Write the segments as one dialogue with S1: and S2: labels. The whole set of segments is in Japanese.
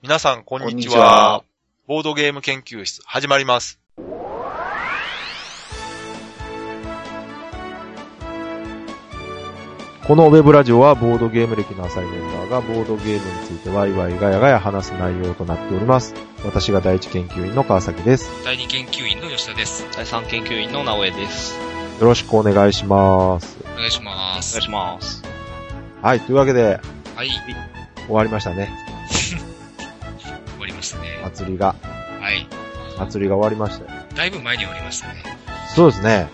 S1: 皆さん、こんにち
S2: こんにち
S1: は
S2: は。
S1: ボードゲーム研究室、始まります。
S3: このウェブラジオはボードゲーム歴の浅いメンバーがボードゲームについてワイワイガヤガヤ話す内容となっております。私が第一研究員の川崎です。
S4: 第二研究員の吉田です。
S2: 第3研究員の直江です。
S3: よろしくお願いします。
S4: お願いしま
S2: お
S4: す。
S2: 願いします。
S3: はい、というわけで
S4: はい。
S3: 終わりましたね。
S4: 終わりましたね。
S3: 祭りが終わりましたよ。
S4: だいぶ前に終わりましたね。
S3: そうですね。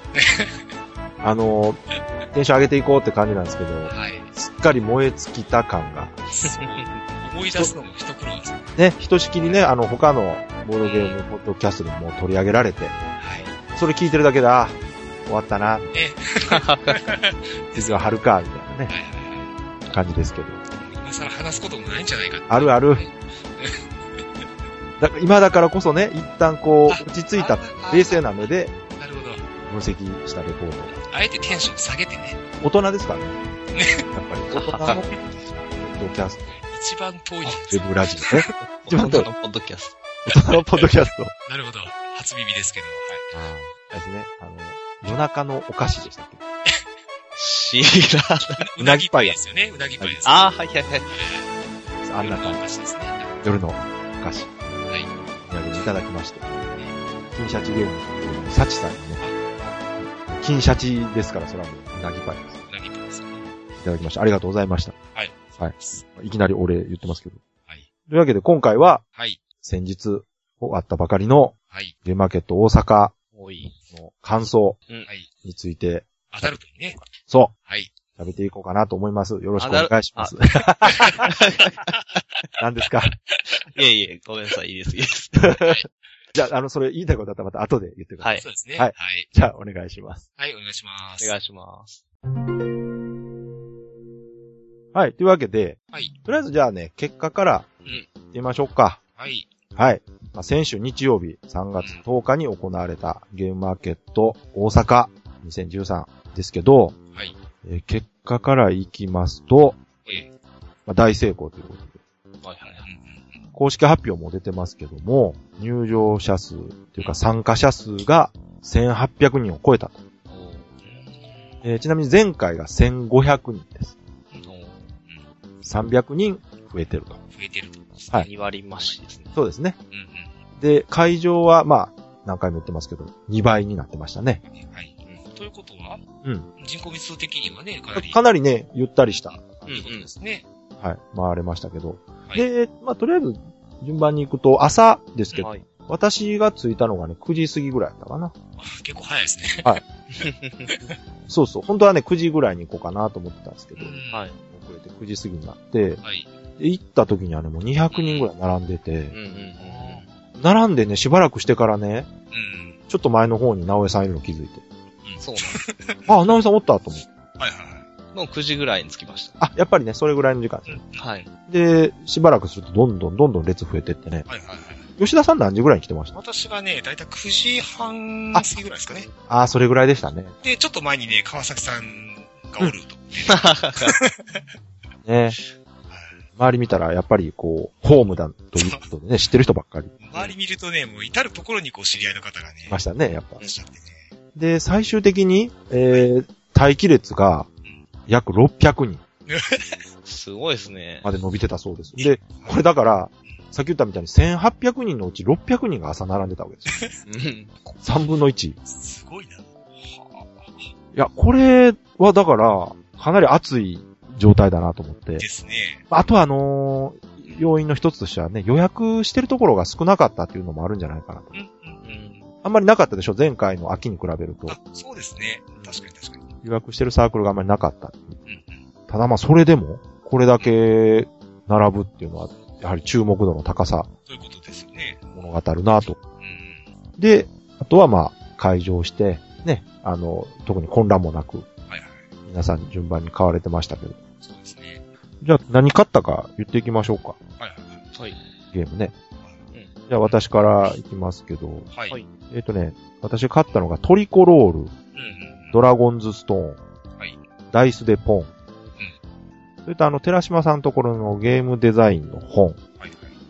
S3: テンション上げていこうって感じなんですけど、
S4: はい。
S3: すっかり燃え尽きた感が。
S4: 思い出すのも一苦労ですね。
S3: ね、ひとしきりね、他のボードゲームポッドキャストにも取り上げられて、
S4: はい。
S3: それ聞いてるだけで、終わったな、
S4: え
S3: 次は春か、みたいなね、
S4: はいはいは
S3: 感じですけど。
S4: い。今更話すこともないんじゃないかって。
S3: あるある。今だからこそね、一旦こう、落ち着いた冷静な目で
S4: なるほど。
S3: 分析したレポート。
S4: あえてテンション下げてね。
S3: 大人ですからね。
S4: ね。
S3: やっぱり大人のポッドキャスト、
S4: 一番遠い
S3: ウ
S4: です。
S3: ェブラジオね。一番遠い
S2: 大人のポッドキャス
S3: 大人のポッドキャスト。
S4: なるほど。初耳ですけど、はい。
S3: あれですね。夜中のお菓子でしたっけ？
S2: ト。知らない。
S4: うなぎパイですよね。うなぎパイです。
S2: あー、はいはいはい。
S3: あんな感じ。
S4: お菓子ですね。
S3: 夜のお菓子。
S4: はい。
S3: お土産にいただきまして。金シャチゲームのサチさんにね。金シャチですから、それはもううなぎパイです。
S4: うなぎパイですね。
S3: いただきました。ありがとうございました。
S4: はい。
S3: はい。いきなりお礼言ってますけど。
S4: はい。
S3: というわけで今回は、
S4: はい。
S3: 先日終わったばかりの
S4: はい。
S3: ゲームマーケット大阪
S2: 多い。
S3: の感想
S4: はい。
S3: について、
S4: アダルトにね。
S3: そ
S4: はい。
S3: う、喋っていこうかなと思います。よろしくお願いします。何ですか？
S2: いえいえ、ごめんなさい。いいです、いいです。
S3: じゃあ、それ言いたいことだったらまた後で言ってください。
S2: はい。
S4: そうですね。
S3: は
S4: はいい。
S3: じゃあ、お願いします。
S4: はい、お願いします。
S2: お願いします。
S3: はい。というわけで、
S4: はい。
S3: とりあえずじゃあね、結果から
S4: うん。
S3: 言ってみましょうか。
S4: はい。
S3: はい。先週日曜日3月10日に行われたゲームマーケット大阪2013ですけど、
S4: はい。
S3: 結果からいきますと、大成功ということで、
S2: はいはいはい。
S3: 公式発表も出てますけども、入場者数というか参加者数が1800人を超えたと。ちなみに前回が1500人です。300人増えてると。
S4: 増えてると思います。
S3: はい
S2: 2割増しですね。
S3: そうですね。
S4: うん
S3: で、会場は何回も言ってますけど、2倍になってましたね。
S4: うん。はい。ということは、
S3: うん。
S4: 人口密度的にはね、
S3: かなりね、ゆったりした、
S4: ということですね。
S3: はい、回れましたけど。
S4: はい
S3: で、とりあえず、順番に行くと、朝ですけど、
S2: はい。
S3: 私が着いたのがね、9時過ぎぐらいだったかな。
S4: あ結構早いですね。
S3: そうそう。本当はね、9時ぐらいに行こうかなと思ってたんですけど、
S4: うん
S2: はい。
S3: 遅れて9時過ぎになって、
S4: はい。
S3: で、行った時にはね、もう200人ぐらい並んでて、
S2: うんうん
S3: 並んでね、しばらくしてからね、
S4: うん。
S3: ちょっと前の方に直江さんいるの気づいて、
S2: うん。そうなんです。
S3: あ、直江さんおったと思って。
S4: はいはい
S2: もう9時ぐらいに着きました。
S3: あ、やっぱりね、それぐらいの時間ですね。
S2: はい。
S3: で、しばらくするとどんどん列増えてってね。
S4: はいはいはい。
S3: 吉田さん何時ぐらいに来てました？
S4: 私がね、だいたい9時半過ぎぐらいですかね。
S3: あ、それぐらいでしたね。
S4: で、ちょっと前にね、川崎さんがおると。
S3: ね。周り見たら、やっぱりこう、ホームだということでね、知ってる人ばっかり
S4: 周り見るとね、もう至るところにこう知り合いの方がね、
S3: いましたね、やっぱ
S4: いらっ。しゃってね。
S3: で、最終的に、待機列が約600人
S2: すごいですね。
S3: まで伸びてたそうです。で、これだから、さっき言ったみたいに1800人のうち600人が朝並んでたわけですよ。
S2: うん
S3: 3分の1。い
S4: すごいな。
S3: や、これはだから、かなり熱い状態だなと思って
S4: で。すね。
S3: あと要因の一つとしてはね、予約してるところが少なかったっていうのもあるんじゃないかなと。
S4: うんうん。
S2: うん
S3: あんまりなかったでしょ、前回の秋に比べると。
S4: あ、そうですね。確かに確かに。
S3: 予約してるサークルがあんまりなかった。
S4: うんうん。
S3: ただそれでも、これだけ並ぶっていうのは、やはり注目度の高さ、
S4: そういうことですよね。
S3: 物語るなと。
S4: うん。
S3: で、あとは会場して、ね、特に混乱もなく、
S4: はいはい。
S3: 皆さん順番に買われてましたけど。
S4: そうですね。
S3: じゃあ何買ったか言っていきましょうか。
S4: はいはい
S2: はい。
S3: ゲームね。
S2: うん
S3: じゃあ私からいきますけど、
S4: はい。はい。
S3: 私買ったのがトリコロール、
S4: うんうん。
S3: ドラゴンズストーン、
S4: はい。
S3: ダイスでポン。それと寺島さんのところのゲームデザインの本。
S4: はいはい。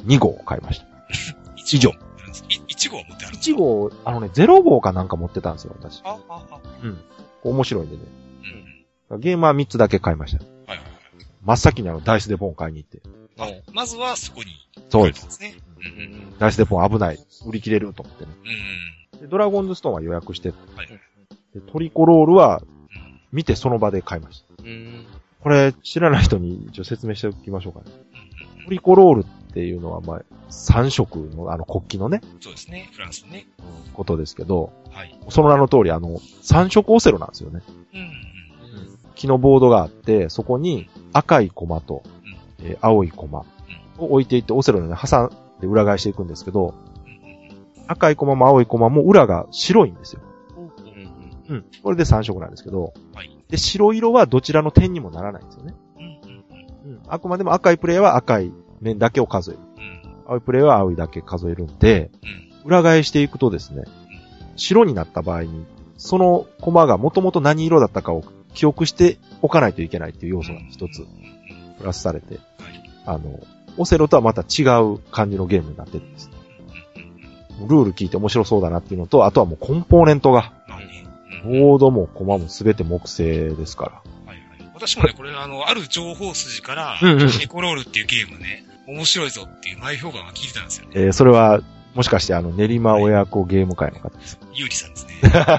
S3: 2号買いました。
S4: 以上。1号持ってあるんですか？
S3: 1号、0号かなんか持ってたんですよ、私。うん。面白いんでね。うん。ゲームは3つだけ買いました。はいはいはい。真っ先にダイスデポン買いに行って。
S4: まずはそこに。
S3: そうです。ね。ダイスデポン危ない。売り切れると思ってね。でドラゴンズストーンは予約して、はい、でトリコロールは、見てその場で買いました。これ、知らない人に一応説明しておきましょうかね。トリコロールっていうのは、3色の国旗のね。
S4: そうですね。フランスのね。
S3: ことですけど、はい、その名の通り、3色オセロなんですよね。木のボードがあって、そこに赤いコマと、青いコマを置いていって、オセロに挟んで裏返していくんですけど、赤いコマも青いコマも裏が白いんですよ。うん。これで3色なんですけど、はい、で、白色はどちらの点にもならないんですよね。あくまでも赤いプレイは赤い面だけを数える。青いプレイは青いだけ数えるんで、裏返していくとですね、白になった場合に、そのコマがもともと何色だったかを記憶しておかないといけないっていう要素が一つプラスされて、オセロとはまた違う感じのゲームになってるんです。ルール聞いて面白そうだなっていうのと、あとはもうコンポーネントが、ボードもコマもすべて木製ですから。
S4: はいはい。私もね、これある情報筋から、エコロールっていうゲームね、面白いぞっていう前評判が聞いてたんですよね。
S3: それは、もしかして練馬親子ゲーム会の方ですか？
S4: ゆうりさんですね。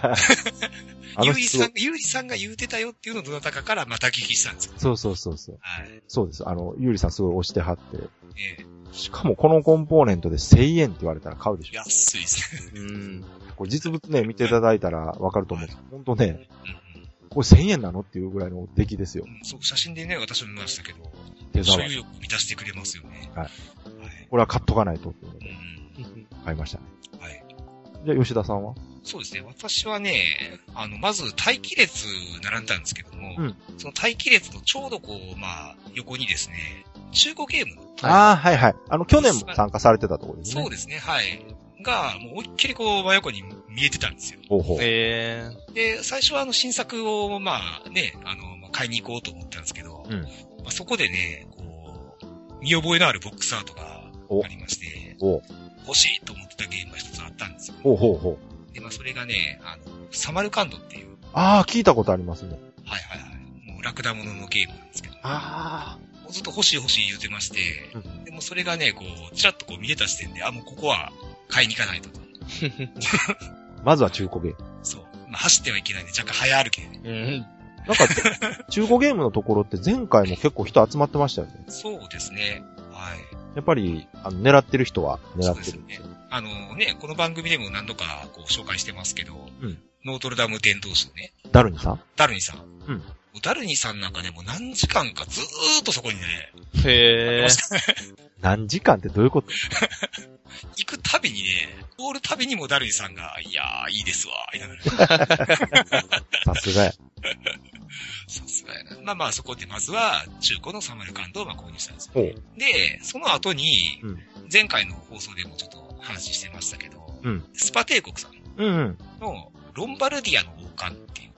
S4: ゆうりさんが言うてたよっていうのをどなたかからまた聞きしたんですよ。
S3: そう。はい。そうです。ゆうりさんすごい押してはって。しかもこのコンポーネントで1000円って言われたら買うでしょ。
S4: 安いですね。
S3: これ実物ね、見ていただいたらわかると思うんですけど、ほんとね、これ1000円なのっていうぐらいの出来ですよ。
S4: そう、写真でね、私も見ましたけど、所有欲満たしてくれますよね。はい。
S3: これは買っとかないとっていうので、買いましたね。はい。じゃあ、吉田さんは？
S4: そうですね。私はね、まず待機列並んだんですけども、その待機列のちょうど横にですね、中古ゲームの。
S3: はいはい。去年も参加されてたところですね。
S4: そうですね、はい。が、もう思いっきり真横に見えてたんですよ。で、最初は新作を、買いに行こうと思ったんですけど、そこでね、見覚えのあるボックスアートがありまして、欲しいと思ってたゲームが一つあったんですよ。で、それがね、サマルカンドっていう。
S3: 聞いたことありますね。
S4: はいはいはい。もうラクダモノのゲームなんですけど。もうずっと欲しい言うてまして、でもそれがね、ちらっと見れた時点で、もうここは買いに行かないと。
S3: まずは中古ゲーム。
S4: そう。走ってはいけないんで、若干早歩きでね。
S3: なんか、中古ゲームのところって前回も結構人集まってましたよね。
S4: そうですね。はい。
S3: やっぱり、狙ってる人は狙ってるんですよ
S4: ね。この番組でも何度か紹介してますけど、ノートルダム伝道師のね。
S3: ダルニさん。
S4: ダルニさんなんかね、もう何時間かずーっとそこにね。
S2: へー。
S3: 何時間ってどういうこと？
S4: 行くたびにね、通るたびにもダルニさんが、いやー、いいですわ、言いながら。
S3: さすがや。
S4: さすがやな。そこでまずは中古のサマルカンドを購入したんですよ、ね。で、その後に、前回の放送でもちょっと話してましたけど、スパ帝国さんのロンバルディアの王冠っていう。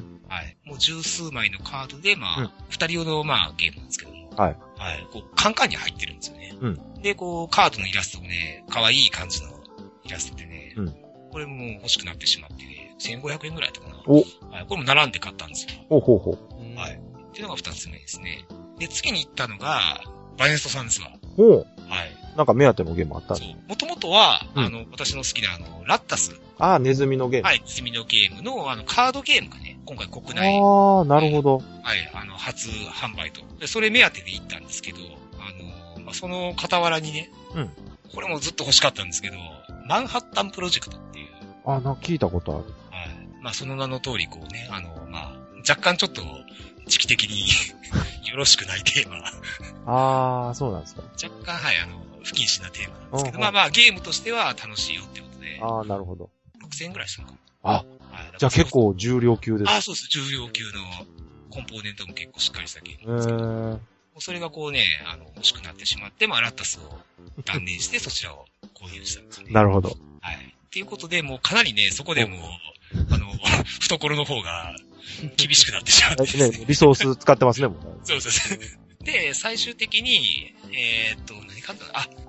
S4: はい。もう十数枚のカードで、二人用のゲームなんですけども。はい。はい。カンカンに入ってるんですよね。で、カードのイラストもね、可愛い感じのイラストでね、これも欲しくなってしまってね、1500円ぐらいだったかな。はい。これも並んで買ったんですよ。はい。っていうのが二つ目ですね。で、次に行ったのが、バネストさんですわ。はい。
S3: なんか目当てのゲームあったんですか？
S4: もともとは、私の好きなラッタス。
S3: ネズミのゲーム。
S4: はい、ネズミのゲームの、カードゲームがね、今回国内。
S3: なるほど。
S4: はい、初販売と。で、それ目当てで行ったんですけど、その傍らにね、これもずっと欲しかったんですけど、マンハッタンプロジェクトっていう。
S3: なんか聞いたことある。
S4: はい。その名の通り、若干ちょっと、時期的によろしくないテー
S3: マ。そうなんですか。
S4: 若干、はい、不謹慎なテーマなんですけど、ゲームとしては楽しいよってことで。
S3: なるほど。
S4: 6000円ぐらいしたのか
S3: な。じゃあ結構重量級です。
S4: そうです。重量級のコンポーネントも結構しっかりしたゲームですけど。それが欲しくなってしまって、ラッタスを断念してそちらを購入したんですね。
S3: なるほど。
S4: はい。っていうことで、もうかなりね、そこでもう、懐の方が厳しくなってしまって、
S3: ね。リソース使ってますね、もう。
S4: そうです。で、最終的に、何買ったの？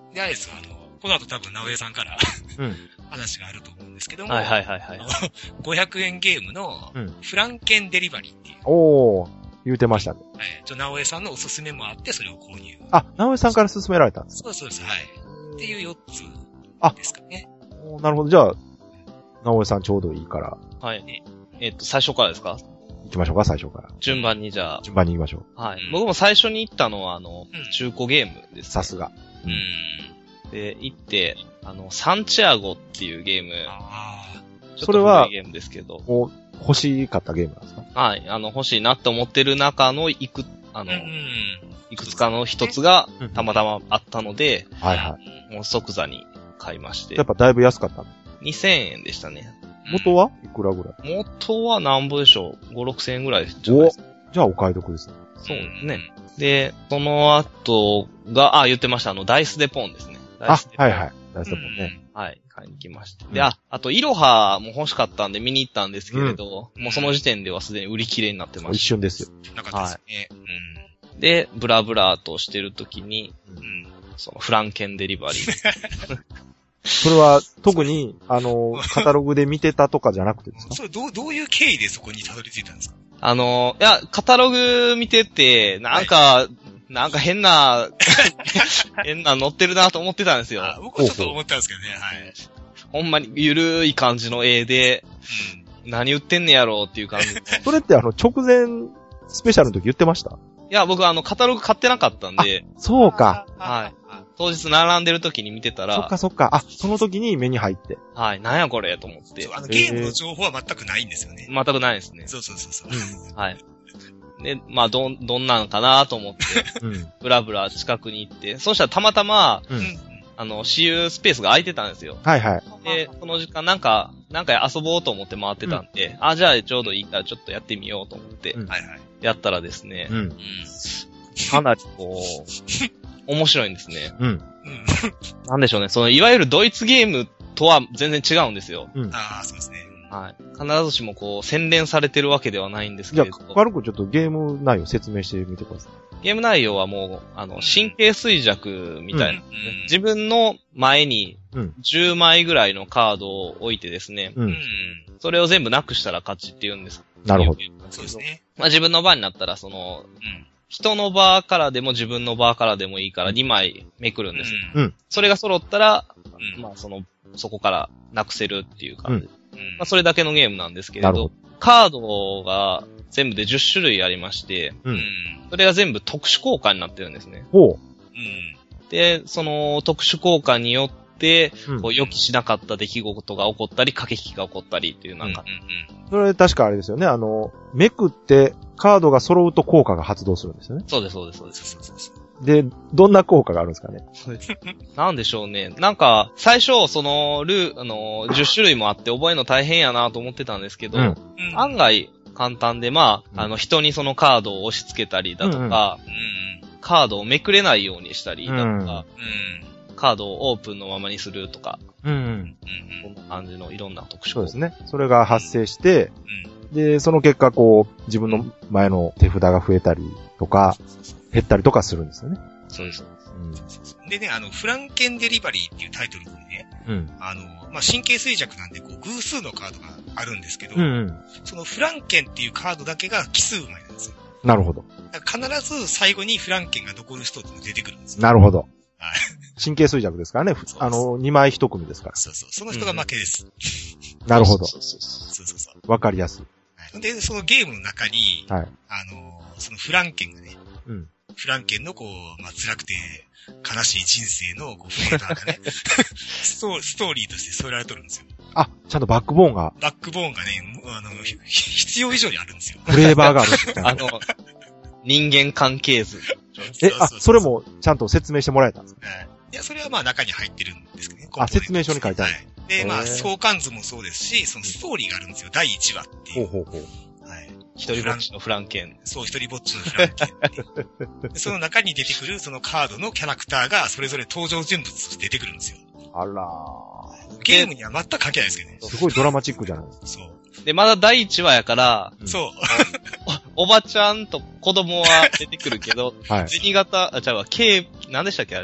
S4: で、あれですよ、この後多分、直江さんから、
S3: うん。
S4: 話があると思うんですけども、
S2: はいはいはいはい。
S4: 500円ゲームの
S3: うん、
S4: フランケンデリバリーっていう。
S3: おー、言うてましたね。
S4: はい。直江さんのおすすめもあって、それを購入。
S3: あ、直江さんから勧められたんですか？
S4: そうです、はい。っていう4つですかね。
S3: おーなるほど。じゃあ、直江さんちょうどいいから、
S2: はい。最初からですか？
S3: 行きましょうか、最初から。
S2: 順番にじゃあ。
S3: 順番に行きましょう。
S2: はい。
S4: うん
S2: 僕も最初に行ったのは、中古ゲームです、ね。
S3: さすが。
S2: で、行って、サンチアゴっていうゲーム。
S4: あ
S2: ちょっ
S3: それは
S2: と古いゲームですけど。
S3: もう、欲しかったゲームなんですか？
S2: はい。欲しいなって思ってる中のいくつかの一つが
S3: うん
S2: たまたまあったので、
S3: はいは
S2: もう即座に買いまして
S3: やっ。ぱだいぶ安かったの。
S2: 2000円でしたね。
S3: 元はいくらぐらい？
S2: 元は何ぼでしょう ?5、6000円ぐらいじゃないですか。
S3: じゃあお買い得ですね。
S2: そうですね。で、その後が、言ってました。ダイスデポンですね。ダイ
S3: あ
S2: スデ、ポン
S3: はいはい。大丈夫ね。
S2: はい、買いに来ました。
S3: うん
S2: で、あと、イロハも欲しかったんで見に行ったんですけれど、もうその時点ではすでに売り切れになってま
S3: 一
S2: し
S3: 瞬ですよ。
S4: なかったですね。
S2: た。で、ブラブラとしてる時に、
S3: うん
S2: そのフランケンデリバリー。
S3: それは、特に、カタログで見てたとかじゃなくてですか？
S4: それどういう経緯でそこにたどり着いたんですか？
S2: いや、カタログ見てて、なんか変な載ってるなと思ってたんですよ。
S4: 僕はちょっと思ったんですけどね、はい。
S2: ほんまにゆるい感じの絵で、何売ってんねやろうっていう感じで。
S3: それって直前スペシャルの時言ってました？
S2: いや、僕カタログ買ってなかったんで、
S3: そうか。
S2: はい。当日並んでる時に見てたら、
S3: そっかそっか。あ、その時に目に入って。
S2: はい、なんやこれと思って。
S4: ゲームの情報は全くないんですよね。
S2: 全くないですね。
S4: そう。
S2: はい。で、まあ、どんなんかなと思って、
S3: うん。
S2: ブラブラ近くに行って、そしたらたまたま、
S3: うん。
S2: 私有スペースが空いてたんですよ。
S3: はいはい。
S2: で、その時間なんか遊ぼうと思って回ってたんで、じゃあちょうどいいからちょっとやってみようと思って、
S3: うん
S4: はいはい。
S2: やったらですね、
S3: うん。
S2: かなり面白いんですね。
S3: うん。
S2: なんでしょうね、いわゆるドイツゲームとは全然違うんですよ。
S4: ああ、そうですね。
S2: はい。必ずしも洗練されてるわけではないんですけ
S3: じゃ
S2: れど。
S3: あ、軽くちょっとゲーム内容説明してみてください。
S2: ゲーム内容はもう、神経衰弱みたいな、自分の前に10枚ぐらいのカードを置いてですね、それを全部なくしたら勝ちって言うんです。
S3: なるほど。
S4: そうですね。
S2: まあ自分の番になったら、人の場からでも自分の場からでもいいから2枚めくるんです。それが揃ったら、まあそこからなくせるっていう感じ。まあそれだけのゲームなんですけれど、カードが全部で10種類ありまして、それが全部特殊効果になってるんですね。で、その特殊効果によって、予期しなかった出来事が起こったり、駆け引きが起こったりっていうなんか。
S3: それ確かあれですよね。めくってカードが揃うと効果が発動するんですよね。
S2: そうです。
S3: で、どんな効果があるんですかね。
S2: なんでしょうね。なんか、最初、10種類もあって覚えるの大変やなと思ってたんですけど、案外簡単で、まあ、人にそのカードを押し付けたりだとか、カードをめくれないようにしたりだとか、カードをオープンのままにするとか、こんな感じのいろんな特殊効果。
S3: そうですね。それが発生して、で、その結果、自分の前の手札が増えたりとか、減ったりとかするんですよね。
S2: そうです。
S4: でね、フランケンデリバリーっていうタイトルにね、まあ、神経衰弱なんで、偶数のカードがあるんですけど、そのフランケンっていうカードだけが奇数枚なんですよ。
S3: なるほど。
S4: 必ず最後にフランケンが残る人って出てくるんですよ。
S3: なるほど。神経衰弱ですからね。2枚1組ですから。
S4: そう。その人が負けです。
S3: なるほど。
S4: そう。
S3: わかりやすい。
S4: で、そのゲームの中に、そのフランケンがね、フランケンのまあ、辛くて悲しい人生のフレーバーがね、ストーリーとして添えられとるんですよ。
S3: あ、ちゃんとバックボーンが。
S4: バックボーンがね、必要以上にあるんですよ。
S3: フレーバーがある。
S2: 人間関係図。
S3: それもちゃんと説明してもらえたんですか？
S4: いや、それはまあ中に入ってるんですけどね。
S3: 説明書に書いてある。
S4: で、まあ、相関図もそうですし、そのストーリーがあるんですよ。第1話っていう。
S2: 一人ぼっちのフランケン。
S4: そう、一人ぼっちのフランケンって。その中に出てくるそのカードのキャラクターがそれぞれ登場人物として出てくるんですよ。
S3: あら
S4: ー。ゲームには全く関係ないですけどね。
S3: すごいドラマチックじゃないですか。
S4: そう。
S2: で、まだ第1話やから、
S4: そう。
S2: おばちゃんと子供は出てくるけど、銭形、何でしたっけあれ。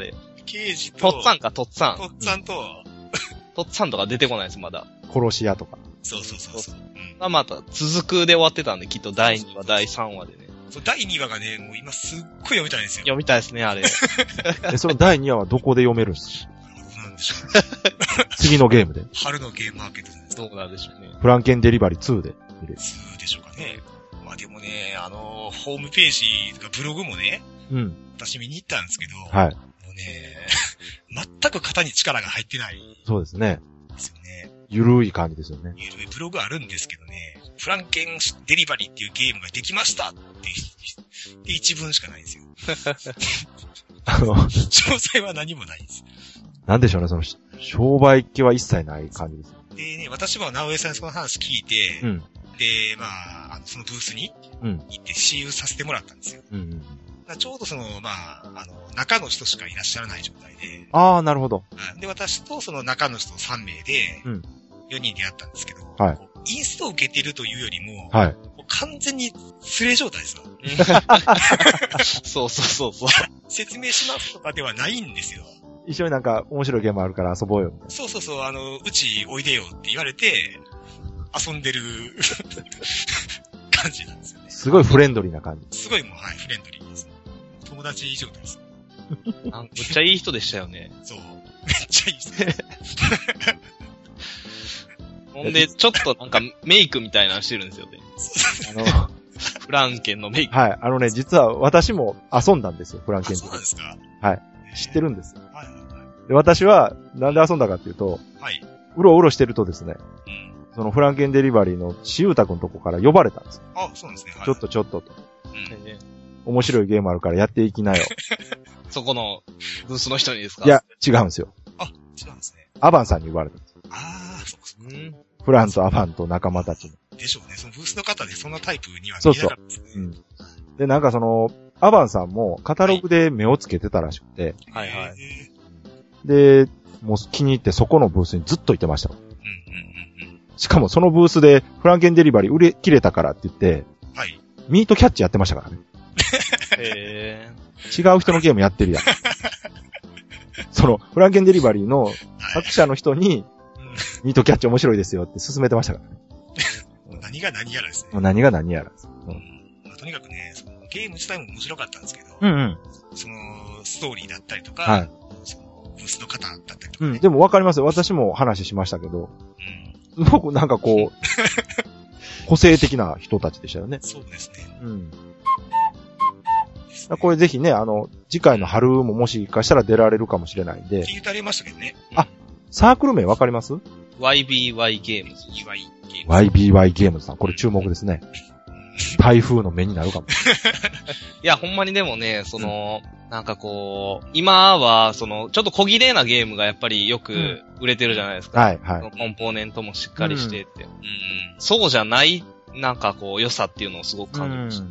S4: 刑事と、
S2: とっつぁんか、とっつぁん。
S4: とっつぁんと、
S2: とっつぁんとか出てこないです、まだ。
S3: 殺し屋とか。
S4: そうそうそうそう。
S2: また、続くで終わってたんで、きっと第2話、第3話でね。
S4: そう、第2話がね、もう今すっごい読みたいんですよ。
S2: 読みたいですね、あれ。
S3: その第2話はどこで読めるんですか？
S4: どうなんでしょう。
S3: 次のゲームで。
S4: 春のゲームマーケットです。
S2: どうなんでしょうね。
S3: フランケンデリバリー2で見れる。
S4: 2でしょうかね。まあでもね、ホームページとかブログもね、
S3: うん。
S4: 私見に行ったんですけど、
S3: はい。
S4: もうね、全く型に力が入ってない。
S3: そうですね。
S4: ですよね。
S3: ゆるい感じですよね。
S4: ゆるいブログあるんですけどね、フランケンデリバリーっていうゲームができましたって一文しかないんですよ。詳細は何もないんです。
S3: なんでしょうね、その、商売系は一切ない感じです。
S4: でね、私も直江さんにその話聞いて、
S3: うん。
S4: で、まあ、そのブースに行って私有させてもらったんですよ。
S3: うん。
S4: ちょうどその、まあ、中の人しかいらっしゃらない状態で。
S3: ああ、なるほど。
S4: で、私とその中の人3名で、4人でやったんですけど、
S3: はい。
S4: インストを受けてるというよりも、
S3: はい。
S4: 完全に連れ状態ですよ。
S2: そうそう。
S4: 説明しますとかではないんですよ。
S3: 一緒になんか面白いゲームあるから遊ぼうよ。
S4: そう、うちおいでよって言われて、遊んでる感じなんですよね。
S3: すごいフレンドリーな感じ。
S4: すごいもう、はい、フレンドリーです。友達状態です。
S2: めっちゃいい人でしたよね。
S4: そう。めっちゃいい人。
S2: ほんで、ちょっとなんかメイクみたいなのしてるんですよね。フランケンのメイク。
S3: はい。実は私も遊んだんですよ、フランケン。
S4: そうなんですか？
S3: はい。知ってるんですよ。
S4: はい。
S3: で、私は、なんで遊んだかっていうと、
S4: はい。
S3: うろうろしてるとですね、そのフランケンデリバリーのシウタ君のとこから呼ばれたんですよ。
S4: あ、そうなんですね。はい、
S3: ちょっとと。面白いゲームあるからやっていきなよ。
S2: そこのブースの人にですか？
S3: いや、違うんですよ。
S4: あ、違うんですね。
S3: アバンさんに言われたんですよ。
S4: ああ、そうか。
S3: フランとアバンと仲間たちに。
S4: でしょうね。そのブースの方でそんなタイプには見えなかったですね。
S3: そう。うん。で、なんかアバンさんもカタログで目をつけてたらしくて。
S2: はいはい。
S3: で、もう気に入ってそこのブースにずっといてました。しかもそのブースでフランケンデリバリー売れ切れたからって言って、はい。ミートキャッチやってましたからね。違う人のゲームやってるやん。フランケンデリバリーの作者の人に、ミートキャッチ面白いですよって勧めてましたからね。
S4: 何が何やらですね。
S3: 何が何やらです。
S4: とにかくね、ゲーム自体も面白かったんですけど、そのストーリーだったりとか、はい、そのブースの方だったりとか、ね。
S3: でもわかりますよ。私も話しましたけど、すごくなんかこう、個性的な人たちでしたよね。
S4: そうですね。
S3: これぜひね、次回の春ももしかしたら出られるかもしれないんで。
S4: 聞いてありましたけどね。
S3: あ、サークル名わかります？
S2: YBY ゲームズ。
S3: YBY ゲームズさん。これ注目ですね。台風の目になるかも。
S2: いや、ほんまにでもね、なんかこう、今は、ちょっと小綺麗なゲームがやっぱりよく売れてるじゃないですか。
S3: はいはい。
S2: コンポーネントもしっかりしてって。そうじゃない、なんかこう、良さっていうのをすごく感じました。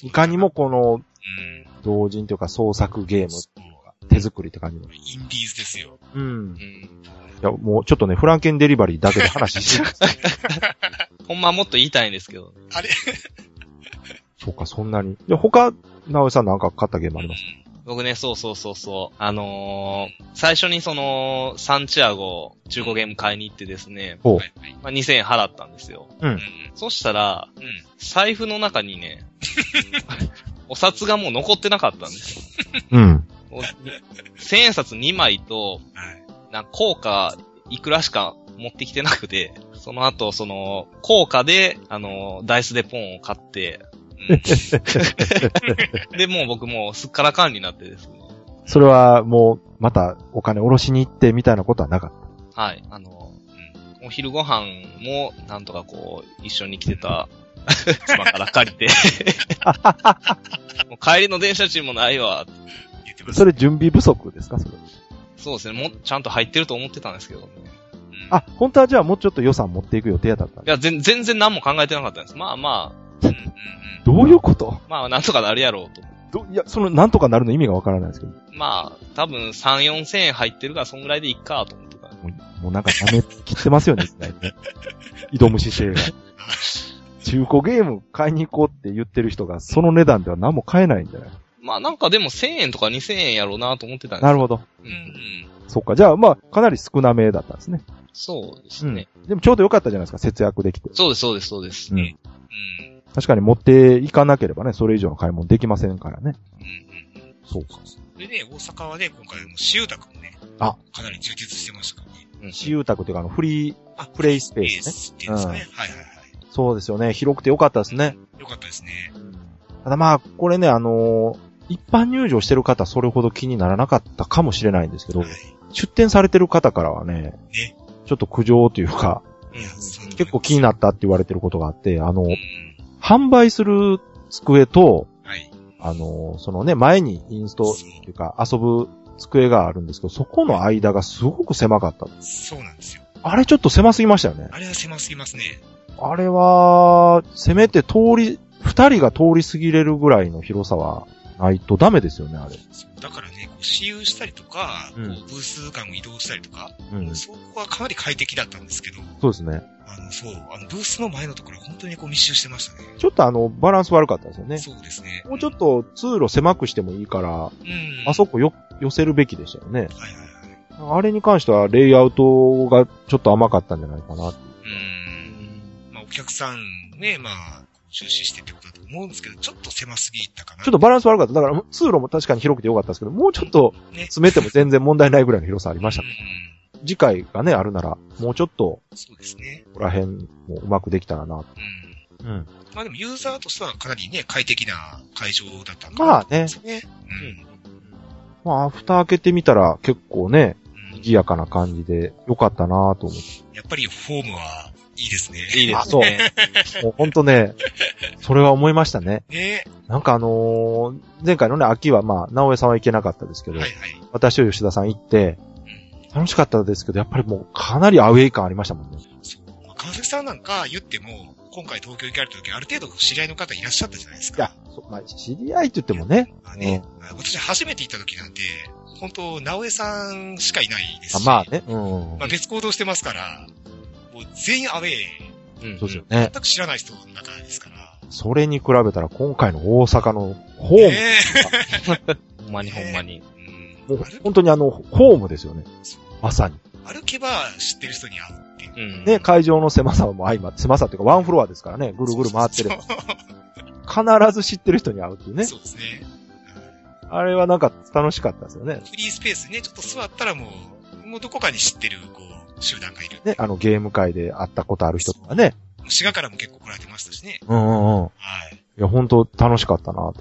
S3: いかにも同人というか創作ゲーム、手作りって感じの。
S4: インディーズですよ。
S3: いや、もうちょっとね、フランケンデリバリーだけで話してる。
S2: ほんまはもっと言いたいんですけど、ね。
S4: あれ
S3: そうか、そんなに。で、他、直江さんなんか買ったゲームあります？
S2: 僕ね、そう。最初にサンチアゴ中古ゲーム買いに行ってですね。まあ、2000円払ったんですよ。そしたら、財布の中にね、お札がもう残ってなかったんですよ。1000円札2枚と、硬貨いくらしか持ってきてなくて、その後、硬貨で、ダイスでポンを買って、で、もう僕もうすっからかんになってですね。
S3: それはもう、またお金下ろしに行ってみたいなことはなかった？
S2: はい。お昼ご飯も、なんとかこう、一緒に来てた、妻から借りて、もう帰りの電車賃もないわ、
S3: 言ってます。それ準備不足ですか？
S2: そうですね。もうちゃんと入ってると思ってたんですけどね。
S3: あ、本当はじゃあもうちょっと予算持っていく予定だったん
S2: ですか？いや、全然何も考えてなかったんです。まあ。
S3: どういうこと？
S2: まあ、なんとかなるやろうと。
S3: いや、なんとかなるの意味がわからないですけど。
S2: まあ、多分3、4千円入ってるから、そんぐらいでいいかと思ってた。
S3: もうなんかダメ切ってますよね、挑む姿勢が。中古ゲーム買いに行こうって言ってる人が、その値段では何も買えないんじゃない？
S2: まあなんかでも1000円とか2000円やろうなと思ってたんですよ。
S3: なるほど。
S2: うん。
S3: そっか。じゃあ、まあ、かなり少なめだったんですね。
S2: そうですね。
S3: でもちょうどよかったじゃないですか、節約できて。
S2: そうです。
S3: 確かに持っていかなければね、それ以上の買い物できませんからね。そうか。
S4: でね、大阪はね、今回も私有宅もね、かなり充実してましたからね。
S3: 私有宅というか、フリープレイスペースね。
S4: っていうんですかね。はい。
S3: そうですよね。広くてよかったですね。
S4: よかったですね。
S3: ただまあ、これね、一般入場してる方それほど気にならなかったかもしれないんですけど、出店されてる方からはね、ちょっと苦情というか、結構気になったって言われてることがあって、販売する机と、そのね、前にインストっていうか遊ぶ机があるんですけど、そこの間がすごく狭かった。
S4: そうなんですよ。
S3: あれちょっと狭すぎましたよね。
S4: あれは狭すぎますね。
S3: あれは、せめて二人が通り過ぎれるぐらいの広さはないとダメですよね、あれ。
S4: だからね、私有したりとか、ブース間を移動したりとか、そこはかなり快適だったんですけど。
S3: そうですね。
S4: ブースの前のところ本当に密集してましたね。
S3: ちょっとバランス悪かったですよね。
S4: そうですね。
S3: もうちょっと通路狭くしてもいいから、あそこ寄せるべきでしたよね。あれに関してはレイアウトがちょっと甘かったんじゃないかな。
S4: まあお客さんね、まあ、重視してってことだと思うんですけど、ちょっと狭すぎたかな。
S3: ちょっとバランス悪かった。だから通路も確かに広くてよかったですけど、もうちょっと詰めても全然問題ないぐらいの広さありました。次回がね、あるなら、もうちょっと、
S4: そうですね。
S3: ここら辺もうまくできたらな。
S4: まあでもユーザーとしてはかなりね、快適な会場だったんだ
S3: まあね。まあ、蓋開けてみたら結構ね、賑やかな感じでよかったなと思って。
S4: やっぱりフォームはいいですね。
S2: いいですね。
S3: もうほんとね、それは思いましたね。なんか前回のね、秋はまあ、直江さんは行けなかったですけど、私と吉田さん行って、楽しかったですけど、やっぱりもうかなりアウェイ感ありましたもんね。
S4: そう。川崎さんなんか言っても、今回東京行かれた時ある程度知り合いの方いらっしゃったじゃないですか。
S3: いや、まあ、知り合いって言ってもね。
S4: 私初めて行った時なんて、本当直江さんしかいないですし。
S3: まあね。
S4: まあ別行動してますから、もう全員アウェイ。
S3: そうですよね。
S4: 全く知らない人の中ですから。
S3: それに比べたら今回の大阪のホー
S2: ム。ほんまに。
S3: もう本当にホームですよね。まさに。
S4: 歩けば知ってる人に会うっていう。
S3: ね、会場の狭さも相まって、狭さっていうかワンフロアですからね、ぐるぐる回ってれば。必ず知ってる人に会うっていうね。
S4: そうですね。
S3: あれはなんか楽しかったですよね。
S4: フリースペースね、ちょっと座ったらもうどこかに知ってる、集団がいる。
S3: ね、ゲーム会で会ったことある人とかね。
S4: 滋賀からも結構来られてましたしね。
S3: はい。いや、本当楽しかったなと思って。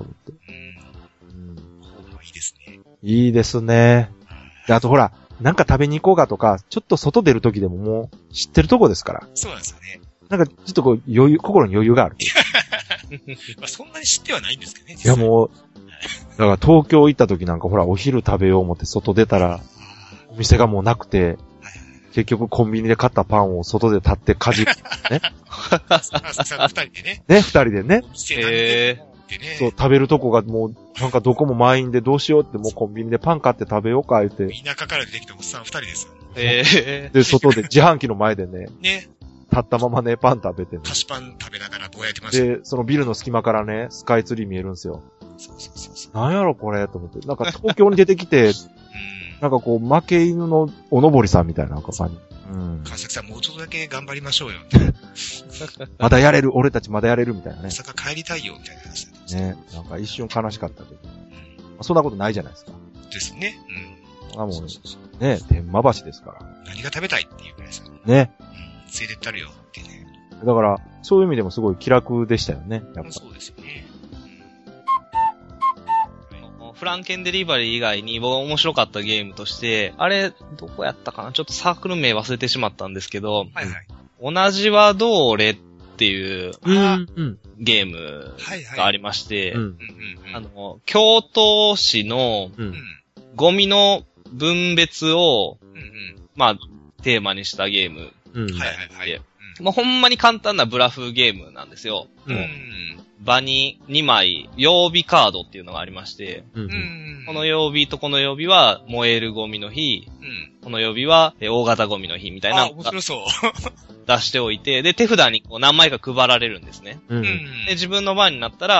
S4: いいですね。
S3: いいですね。で、あとほら、なんか食べに行こうかとか、ちょっと外出る時でももう知ってるとこですから。
S4: そうなんですよね。
S3: なんかちょっと心に余裕がある。
S4: まあそんなに知ってはないんですけどね。
S3: いやもう、だから東京行った時なんかほら、お昼食べよう思って外出たら、お店がもうなくて、結局コンビニで買ったパンを外で立ってかじる。ね。
S4: 二人でね。
S3: ね、二人でね。
S4: そう、
S3: 食べるとこがもう、なんかどこも満員でどうしようってもうコンビニでパン買って食べようか言って。
S4: 田舎から出てきたおっさん二人ですよ。
S3: で、外で自販機の前でね。
S4: ね。
S3: 立ったままね、パン食べてね。
S4: 菓子パン食べながらぼやいてました。
S3: で、そのビルの隙間からね、スカイツリー見えるんですよ。そう。なんやろこれと思って。なんか東京に出てきて、なんかこう、負け犬のおのぼりさんみたいな感じ。
S4: 川崎さんもうちょっとだけ頑張りましょうよ。
S3: まだやれる、俺たちまだやれるみたいなね。
S4: 大阪帰りたいよみたいな話だったんです
S3: ね。なんか一瞬悲しかったけど。そんなことないじゃないですか。
S4: ですね。
S3: もう、ね、天満橋ですから。
S4: 何が食べたいっていうくらいですよね。
S3: ね。
S4: 連れてったるよってね。
S3: だから、そういう意味でもすごい気楽でしたよね。やっぱ
S4: そうですよね。
S2: フランケンデリバリー以外に僕が面白かったゲームとして、あれ、どこやったかなちょっとサークル名忘れてしまったんですけど、同じはどうれっていうゲームがありまして、京都市のゴミの分別を、まあ、テーマにしたゲーム。まあ、ほんまに簡単なブラフゲームなんですよ。場に2枚、曜日カードっていうのがありまして、この曜日とこの曜日は燃えるゴミの日、この曜日は大型ゴミの日みたいな
S4: 面白そう
S2: 出しておいて、で、手札にこう何枚か配られるんですね。で、自分の番になったら、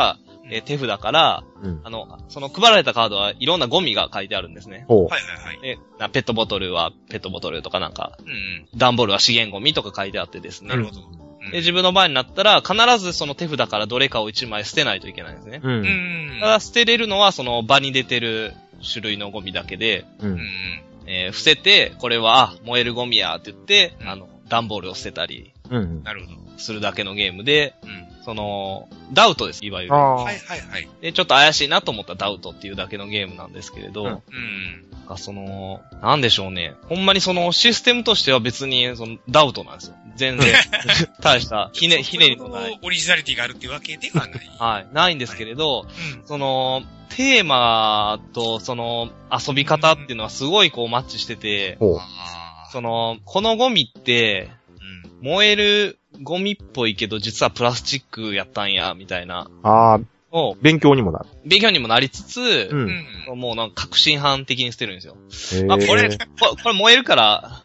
S2: 手札から、その配られたカードはいろんなゴミが書いてあるんですね。
S4: はいはいはい。
S2: で、ペットボトルはペットボトルとかなんか、段ボールは資源ゴミとか書いてあってですね。
S4: なるほど。
S2: で、自分の場合になったら、必ずその手札からどれかを1枚捨てないといけないんですね。ただ捨てれるのはその場に出てる種類のゴミだけで、伏せて、これは、燃えるゴミやって言って、段ボールを捨てたり、
S4: なるほど。
S2: するだけのゲームで、ダウトです、いわゆる。
S4: はいはいはい。
S2: で、ちょっと怪しいなと思ったらダウトっていうだけのゲームなんですけれど、なんでしょうね。ほんまにシステムとしては別に、ダウトなんですよ。全然、大した、ひねりのない。
S4: オリジナリティがあるっていうわけではない。
S2: はい。ないんですけれど、テーマと、遊び方っていうのはすごいマッチしてて、このゴミって、燃えるゴミっぽいけど、実はプラスチックやったんや、みたいな。
S3: 勉強にもなる。
S2: 勉強にもなりつつ、もうなんか革新犯的に捨てるんですよ。これ燃えるから、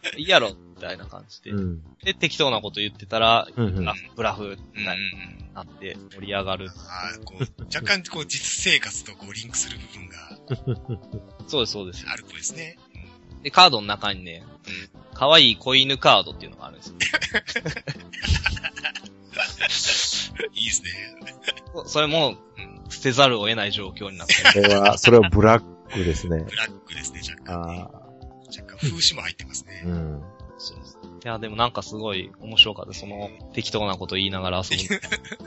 S2: いいやろ、みたいな感じで。で、適当なこと言ってたら、ブラフ、みたいになって盛り上がる。
S4: 若干実生活とリンクする部分が。
S2: そうです、そうです。
S4: ある子ですね。
S2: で、カードの中にね、可愛い子犬カードっていうのがあるんですよ。
S4: いいですね。
S2: それも、捨てざるを得ない状況になって
S3: る。それはブラックですね。
S4: ブラックですね、若干ね。若干風刺も入ってますね。
S2: そうです。いや、でもなんかすごい面白かった。適当なこと言いながら遊ぶ。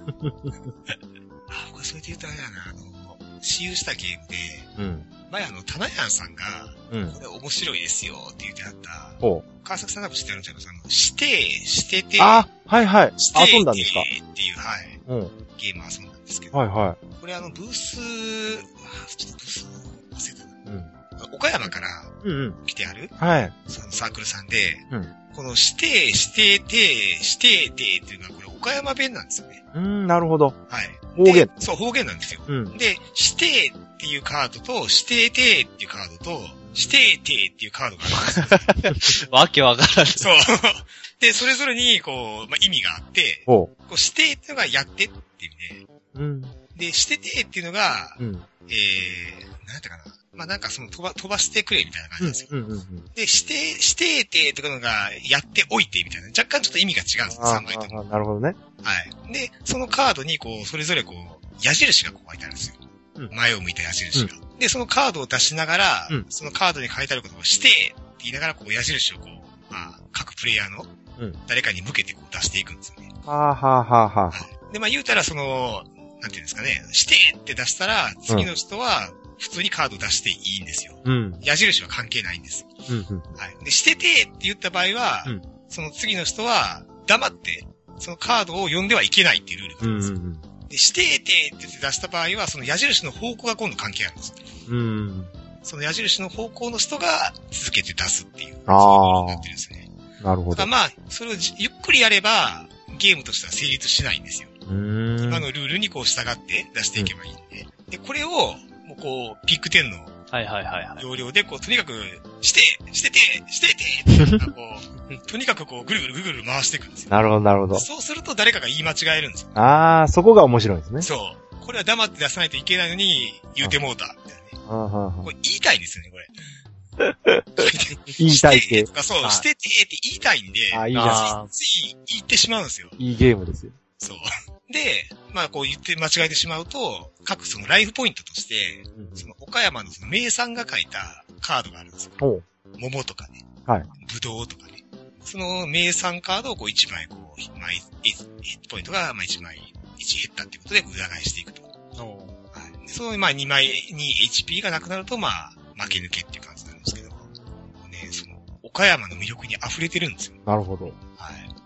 S4: これそれで言うとあれだな、私有したゲームで、前タナヤンさんが、これ面白いですよって言ってあった、川崎さんが知ってるんちゃいます？してて、
S3: はいはい。
S4: 遊
S3: んだんですか
S4: っていう、はい。ゲーム遊んだんですけど、
S3: はいはい。
S4: これブース、ちょっとブース忘れたな。岡山から来てある、
S3: はい。
S4: そのサークルさんで、このしててっていうのはこれ岡山弁なんですよね。
S3: なるほど。
S4: はい。
S3: 方言。
S4: そう、方言なんですよ。で、してっていうカードと、しててっていうカードと、しててっていうカードがあるんですよ。
S2: わけわからん。
S4: そう。で、それぞれに、意味があって、してっていうのがやってっていうね。で、しててっていうのが、なんだったかな。なんか飛ばしてくれみたいな感じなんですよ。で、しててとかのが、やっておいてみたいな。若干ちょっと意味が違うんですよ、3枚とも。
S3: なるほどね。
S4: はい。で、そのカードに、それぞれ矢印が書いてあるんですよ。前を向いた矢印が。で、そのカードを出しながら、そのカードに書いてあることをしてって言いながら、矢印を各プレイヤーの誰かに向けて出していくんですよね。で、言うたらなんていうんですかね、してって出したら、次の人は普通にカード出していいんですよ。矢印は関係ないんですよ。はい。で、しててって言った場合は、その次の人は黙って、そのカードを読んではいけないっていうルールがあるんですよ。で、しててって言って出した場合は、その矢印の方向が今度関係あるんですよ。その矢印の方向の人が続けて出すっていう。そうなってるんですね。
S3: なるほど。
S4: それをゆっくりやれば、ゲームとしては成立しないんですよ。今のルールに従って出していけばいいんで。で、これを、ピック10の要領で、とにかく、しててとにかくぐるぐる回していくんですよ。
S3: なるほど、なるほど。
S4: そうすると誰かが言い間違えるんですよ。
S3: そこが面白いですね。
S4: そう。これは黙って出さないといけないのに、言うてもうた。みたいなね。これ言いたいんですよね、これ。
S3: 言いたいって。
S4: そう、しててって言いたいんで、
S3: いいじゃ
S4: ん。つい言ってしまうんですよ。
S3: いいゲームですよ。
S4: そう。で、言って間違えてしまうと、各ライフポイントとして、岡山の名産が書いたカードがあるんですよ。桃とかね。ぶどうとかね。その名産カードを1枚ヒットポイントが1枚1減ったっていうことで裏返していくと。その2枚に HP がなくなると負け抜けっていう感じなんですけど、岡山の魅力に溢れてるんですよ。
S3: なるほど。
S4: はい。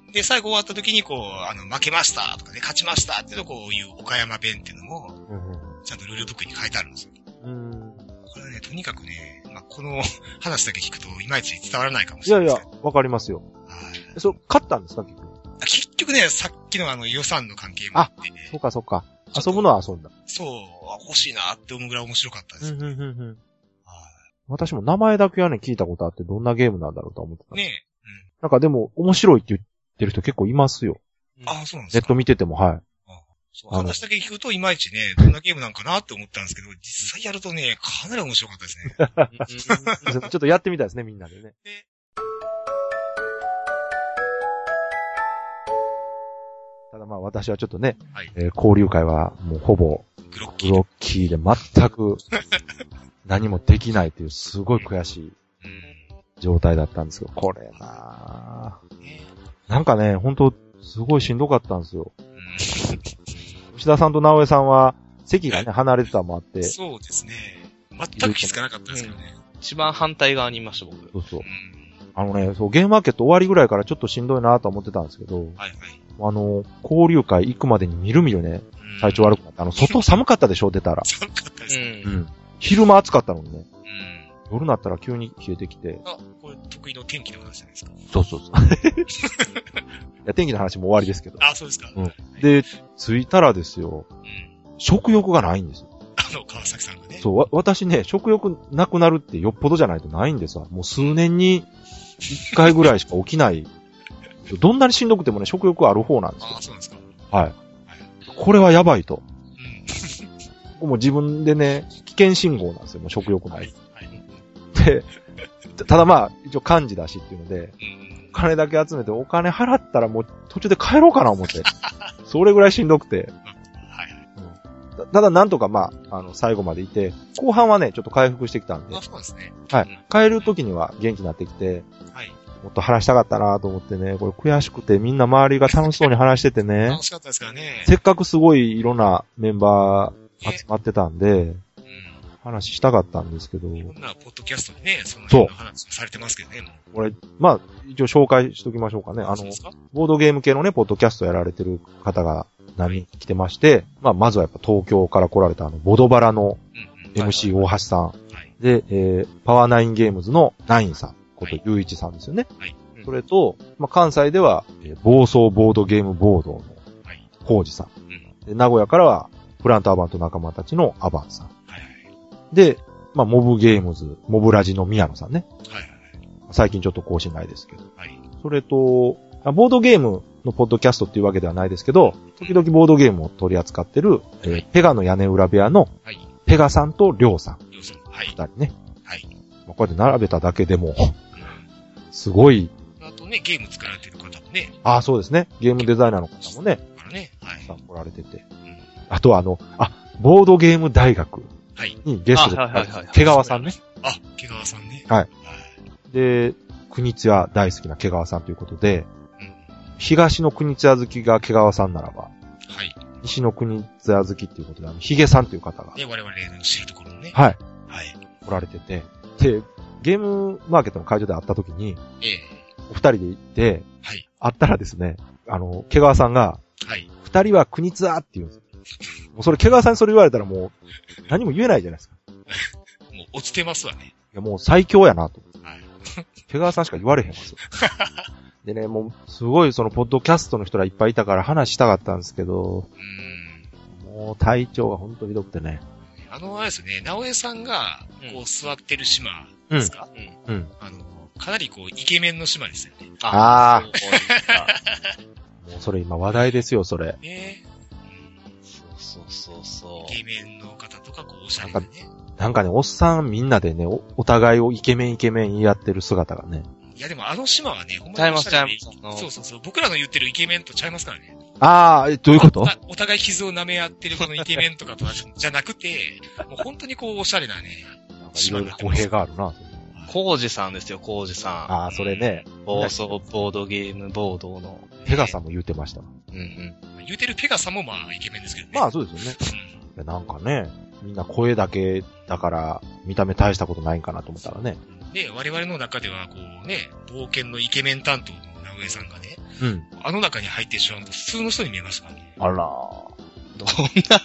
S4: で、最後終わった時に負けましたとかね、勝ちましたっていうのをいう岡山弁っていうのも、ちゃんとルールブックに書いてあるんですよ。これね、とにかくね、この話だけ聞くといまいち伝わらないかもしれないですけど。
S3: いや、わかりますよ。はい。勝ったんですか、結局。
S4: 結局ね、さっきの予算の関係もあってね。
S3: そうか。遊ぶのは遊んだ。
S4: そう、欲しいなって思うぐらい面白かったですね。
S3: 私も名前だけはね、聞いたことあって、どんなゲームなんだろうと思ってた。
S4: ねえ。
S3: なんかでも、面白いって言ってる人結構いますよ。
S4: そうなんですか。
S3: ネット見てても、はい。
S4: 話だけ聞くといまいちね、どんなゲームなんかなって思ったんですけど、実際やるとね、かなり面白かったですね。
S3: ちょっとやってみたいですね、みんなでね。ただまあ私はちょっとね、はい交流会はもうほぼグロッキーで全く何もできないというすごい悔しい状態だったんですけど、これなぁ。なんかね、ほんとすごいしんどかったんですよ。吉田さんと直江さんは席がね、離れてたのもあって。
S4: そうですね。全く気づかなかったですけどね。
S2: 一番反対側にいました、僕。
S3: そうそう。そう、ゲームマーケット終わりぐらいからちょっとしんどいなと思ってたんですけど、はいはい。交流会行くまでにみるみるね、体調悪くなって、外寒かったでしょ、出たら。
S4: 寒かったですね。
S3: うん。昼間暑かったのにね。夜になったら急に冷えてきて。
S4: あ、これ得意の天気の話じゃないですか。
S3: そうそうそう。いや、天気の話も終わりですけど。
S4: あ、そうですか。
S3: うん。で、着いたらですよ、食欲がないんですよ。
S4: 川崎さんがね。
S3: そう、私ね、食欲なくなるってよっぽどじゃないとないんですわ。もう数年に1回ぐらいしか起きない。どんなにしんどくてもね、食欲はある方なんですよ。
S4: あ、そうですか。
S3: はい。これはやばいと。もう自分でね、危険信号なんですよ、もう食欲ない。はいはい、で、ただまあ、一応漢字だしっていうので、お金だけ集めてお金払ったらもう途中で帰ろうかな思って。それぐらいしんどくて。ただなんとかまあ、最後までいて、後半はね、ちょっと回復してきたんで。
S4: あ、そうですね。
S3: はい。帰る時には元気になってきて、はい。もっと話したかったなと思ってね、これ悔しくてみんな周りが楽しそうに話しててね。
S4: 楽しかったですからね。
S3: せっかくすごいいろんなメンバー集まってたんで、話したかったんですけど。
S4: いろんなポッドキャストでね、その辺の話されてますけどね。
S3: これ、まあ、一応紹介しときましょうかね。ボードゲーム系のね、ポッドキャストやられてる方が何人来てまして、まあ、まずはやっぱ東京から来られたボドバラの MC 大橋さん。で、パワーナインゲームズのナインさん、ことゆういちさんですよね。はい。それと、まあ、関西では、暴走ボードゲームボードのコウジさん。で、名古屋からは、プラントアバンと仲間たちのアバンさん。で、まあ、モブゲームズ、モブラジの宮野さんね。はいはい。最近ちょっと更新ないですけど。はい。それと、ボードゲームのポッドキャストっていうわけではないですけど、時々ボードゲームを取り扱ってる、ペガの屋根裏部屋の、はい。ペガさんとリョウさん。リョウさん。はい。二人ね。はい。まあ、こうやって並べただけでも、すごい。
S4: あとね、ゲーム作られてる方もね。
S3: ああ、そうですね。ゲームデザイナーの方もね。
S4: からね。はい。
S3: さん来られてて。あとはボードゲーム大学。はい。にゲストで、毛川さんね。
S4: あ、毛川さんね。
S3: はい。で、国津屋大好きな毛川さんということで、東の国津屋好きが毛川さんならば、はい。西の国津屋好きっていうことで、ヒゲさんという方が。
S4: ね、我々の知るところのね。
S3: はい。はい。来られてて、で、ゲームマーケットの会場で会った時に、お二人で行って、はい。会ったらですね、毛川さんが、はい。二人は国津屋って言うんですよ。もうそれ、毛川さんにそれ言われたらもう、何も言えないじゃないですか。
S4: もう落ちてますわね。
S3: いや、もう最強やなと。はい。毛川さんしか言われへんますよ。でね、もう、すごいその、ポッドキャストの人らいっぱいいたから話したかったんですけど、もう体調が本当にひどくてね。
S4: あれですね、直江さんが、こう、座ってる島ですか？うん。かなりこう、イケメンの島ですよね。
S3: ああ。もうそれ今話題ですよ、それ。
S4: そう。イケメンの方とか、こう、おしゃれでね。
S3: なんかね、おっさんみんなでね、お互いをイケメン言い合ってる姿がね。
S4: いやでも島はね、ほん
S2: まにおしゃれで。
S4: そう。僕らの言ってるイケメンとちゃいますからね。
S3: ああ、どういうこと？
S4: お互い傷を舐め合ってるこのイケメンとかとはじゃなくて、もう本当にこう、おしゃれなね、
S3: 島になってます。いろいろ語弊があるな。
S2: コウジさんですよ、コウジさん。
S3: ああ、それね。
S2: 暴走ボードゲームボードの。
S3: ペガさんも言うてました。
S4: 言うてるペガさんもまあイケメンですけどね。
S3: まあそうですよね。いやなんかね、みんな声だけだから見た目大したことないんかなと思ったらね。
S4: で、我々の中ではこうね、冒険のイケメン担当の直江さんがね、中に入ってしまうと普通の人に見えますからね。
S3: あらー。
S2: どんな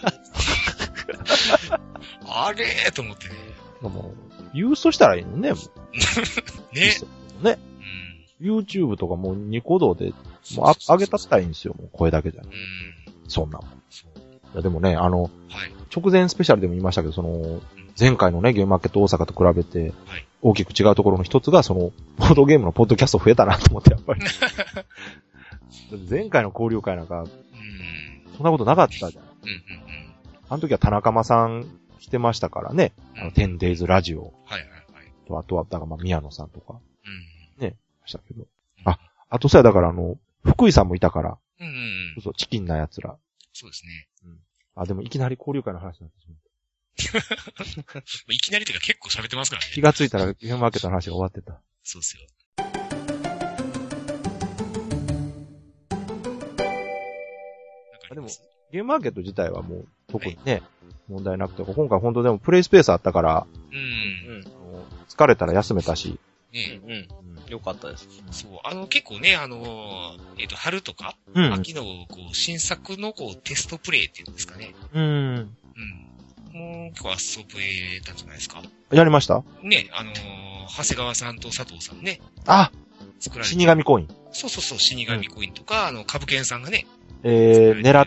S4: あれーと思ってね。
S3: もう、ユーストしたらいいのね。
S4: ね。
S3: ね。YouTube とかもうニコ動で、もう上げたったらいいんですよ、もう声だけじゃ。そんなもん。いやでもね、直前スペシャルでも言いましたけど、前回のね、ゲームマーケット大阪と比べて、大きく違うところの一つが、ボードゲームのポッドキャスト増えたなと思って、やっぱり。前回の交流会なんか、 そんなことなかったじゃん。あの時は田中間さん来てましたからね。10days ラジオ。と、あとは、だから宮野さんとか。ね、したけど。あとさ、だから福井さんもいたから。そう、チキンな奴ら。
S4: そうですね。
S3: でもいきなり交流会の話になってしま
S4: う。いきなりというか結構喋ってますからね。
S3: 気がついたらゲームマーケットの話が終わってた。
S4: そうですよ。
S3: でも、ゲームマーケット自体はもう特にね、問題なくて、今回本当でもプレイスペースあったから、疲れたら休めたし。
S2: よかったです。
S4: そう、結構ね、春とか、秋の、新作の、テストプレイっていうんですかね。もう、結構遊べたんじゃないですか。
S3: やりました
S4: ね、長谷川さんと佐藤さんね。
S3: 作られて死神コイン。
S4: そう、死神コインとか、株券さんがね。
S3: 狙った、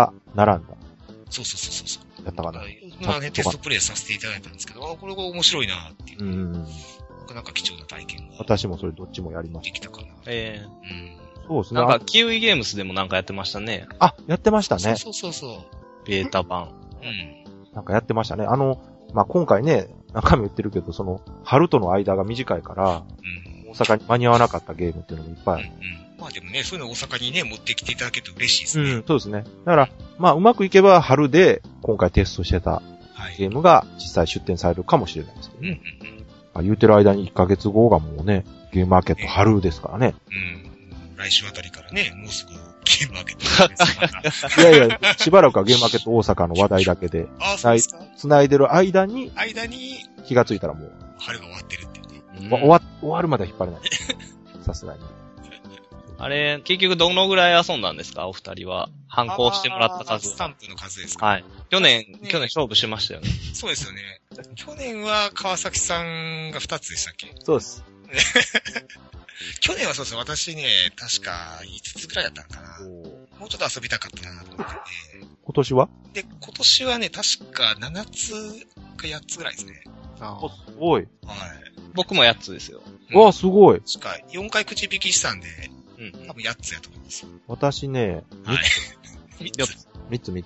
S3: 並んだ。
S4: そう。
S3: やったかな。
S4: まあね、テストプレイさせていただいたんですけど、これが面白いなっていう。なかなか貴重な体験が。
S3: 私もそれどっちもやりました。
S4: できたかな。
S3: そうですね。
S2: なんか、キウイゲームスでもなんかやってましたね。
S3: やってましたね。
S4: そう。
S2: ベータ版。
S3: なんかやってましたね。今回ね、中身言ってるけど、春との間が短いから、大阪に間に合わなかったゲームっていうのもいっぱいある。
S4: まあでもね、そういうの大阪にね、持ってきていただけると嬉しいですね。
S3: そうですね。だから、うまくいけば春で今回テストしてたゲームが実際出展されるかもしれないですけどね。言うてる間に1ヶ月後がもうね、ゲームマーケット春ですからね。
S4: 来週あたりからね、もうすぐゲームマーケットです。
S3: いや、しばらくはゲームマーケット大阪の話題だけで、
S4: そうですか。
S3: 繋いでる間に、気がついたらもう、
S4: 春が終わってるっていう
S3: ね。終わるまでは引っ張れない。さすがに。
S2: あれ、結局どのぐらい遊んだんですかお二人は。反抗してもらった数。
S4: スタンプの数ですか。
S2: はい。去年勝負しましたよね。
S4: そうですよね。去年は川崎さんが2つでしたっけ？
S3: そうです。
S4: 去年はそうですね、私ね、確か5つぐらいだったのかな。もうちょっと遊びたかったなと思ってて。
S3: 今年は？
S4: で、今年はね、確か7つか8つぐらいですね。
S3: すごい。
S4: はい。
S2: 僕も8つですよ。
S3: すごい。
S4: 近い。4回口引きしたんで、多分8つやと思います。
S3: 私ね、
S4: はい。
S3: 3つ。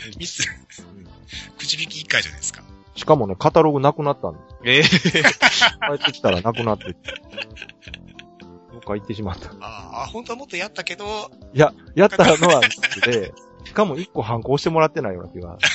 S4: 口引き1回じゃないですか。
S3: しかもね、カタログなくなったんです。帰ってきたらなくなって。どっか行ってしまった。
S4: 本当はもっとやったけど。
S3: いや、やったのはで、しかも1個反抗してもらってないような気が。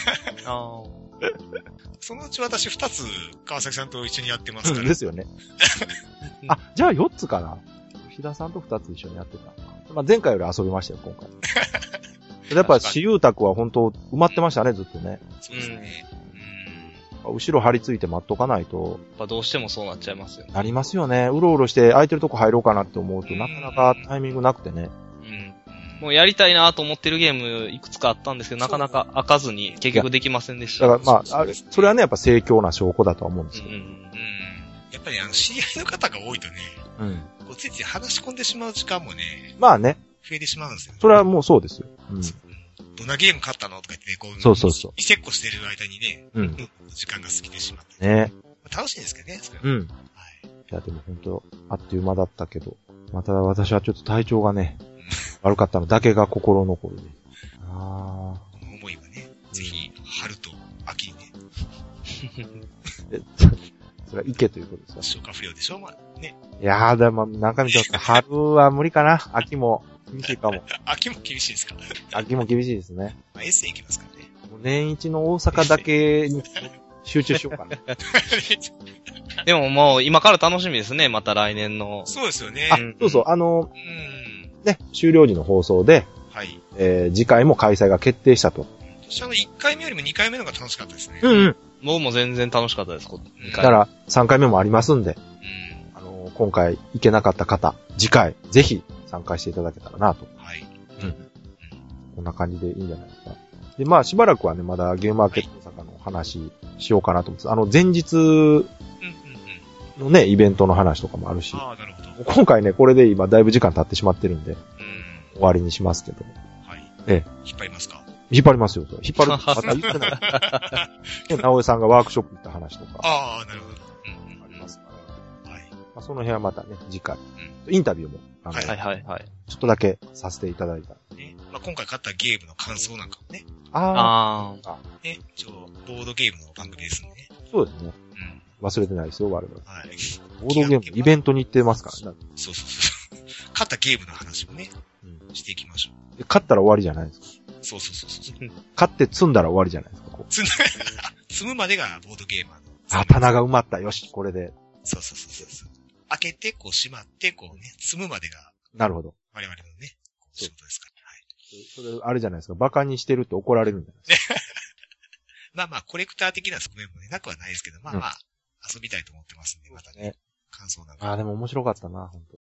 S4: そのうち私2つ、川崎さんと一緒にやってますから。
S3: ですよね。じゃあ4つかな。石田さんと2つ一緒にやってた。前回より遊びましたよ、今回。やっぱ、私有宅は本当埋まってましたね、ずっとね。
S4: そうですね。
S3: 後ろ張り付いて待っとかないと。
S2: やっぱどうしてもそうなっちゃいますよね。
S3: なりますよね。うろうろして空いてるとこ入ろうかなって思うと、なかなかタイミングなくてね。
S2: もうやりたいなと思ってるゲームいくつかあったんですけど、なかなか開かずに結局できませんでした。
S3: だからそれはね、やっぱ盛況な証拠だとは思うんですよ。
S4: やっぱり知り合いの方が多いとね、ついつい話し込んでしまう時間もね、
S3: まあね。
S4: 増えてしまうんですよ。
S3: それはもうそうですよ。
S4: どんなゲーム買ったのとか言ってね、
S3: そう。
S4: いせっこしてる間にね、時間が過ぎてしまって。
S3: ね。
S4: 楽しいんですけどね、それ
S3: は。いや、でも本当あっという間だったけど、また私はちょっと体調がね、悪かったのだけが心残りで。
S4: 思いはね、ぜひ、春と秋にね。
S3: それは池ということですか？
S4: 消化不良でしょまあね。
S3: いやでも、中身ちょっと春は無理かな。秋も厳しいかも。
S4: 秋も厳しいですか？
S3: 秋も厳しいですね。
S4: エッセイ行きますからね。
S3: 年一の大阪だけに集中しようかな。
S2: でももう今から楽しみですね、また来年の。
S4: そうですよね。
S3: そう。ね、終了時の放送で、次回も開催が決定したと。
S4: 私1回目よりも2回目の方が楽しかったですね。
S2: 僕も全然楽しかったです、
S3: だから3回目もありますんで、今回行けなかった方、次回ぜひ参加していただけたらなと。こんな感じでいいんじゃないですか。で、しばらくはね、まだゲームマーケット大阪の話しようかなと思って、前日のね、イベントの話とかもあるし。
S4: なるほど。
S3: 今回ね、これで今だいぶ時間経ってしまってるんで、終わりにしますけど。
S4: 引っ張りますか？
S3: 引っ張りますよ。引っ張る。また言ってない。直江さんがワークショップ行った話とか。
S4: なるほど。
S3: ありますから。その辺はまたね、次回。インタビューも、ちょっとだけさせていただいた。
S4: まあ、今回買ったゲームの感想なんかもね。
S2: ああ。
S4: ね、ボードゲームの番組ですんでね。
S3: そうですね。うん。忘れてないですよ、我々。
S4: はい。
S3: ボードゲーム、イベントに行ってますからね。
S4: そう。買ったゲームの話もね、していきましょ
S3: う。買ったら終わりじゃないですか。
S4: そう。
S3: 買って積んだら終わりじゃないですか、こう。
S4: 積むまでがボードゲーマー
S3: の。棚が埋まった。よし、これで。
S4: そう。開けて、こう閉まって、こうね、積むまでが。
S3: なるほど。
S4: 我々のね、仕事ですから。はい。
S3: それ、あれじゃないですか。バカにしてるって怒られるんじゃないですか。
S4: まあ、コレクター的な側面もね、なくはないですけど、まあ、遊びたいと思ってますんで、またね。感想なんか。
S3: でも面白かったな、本当。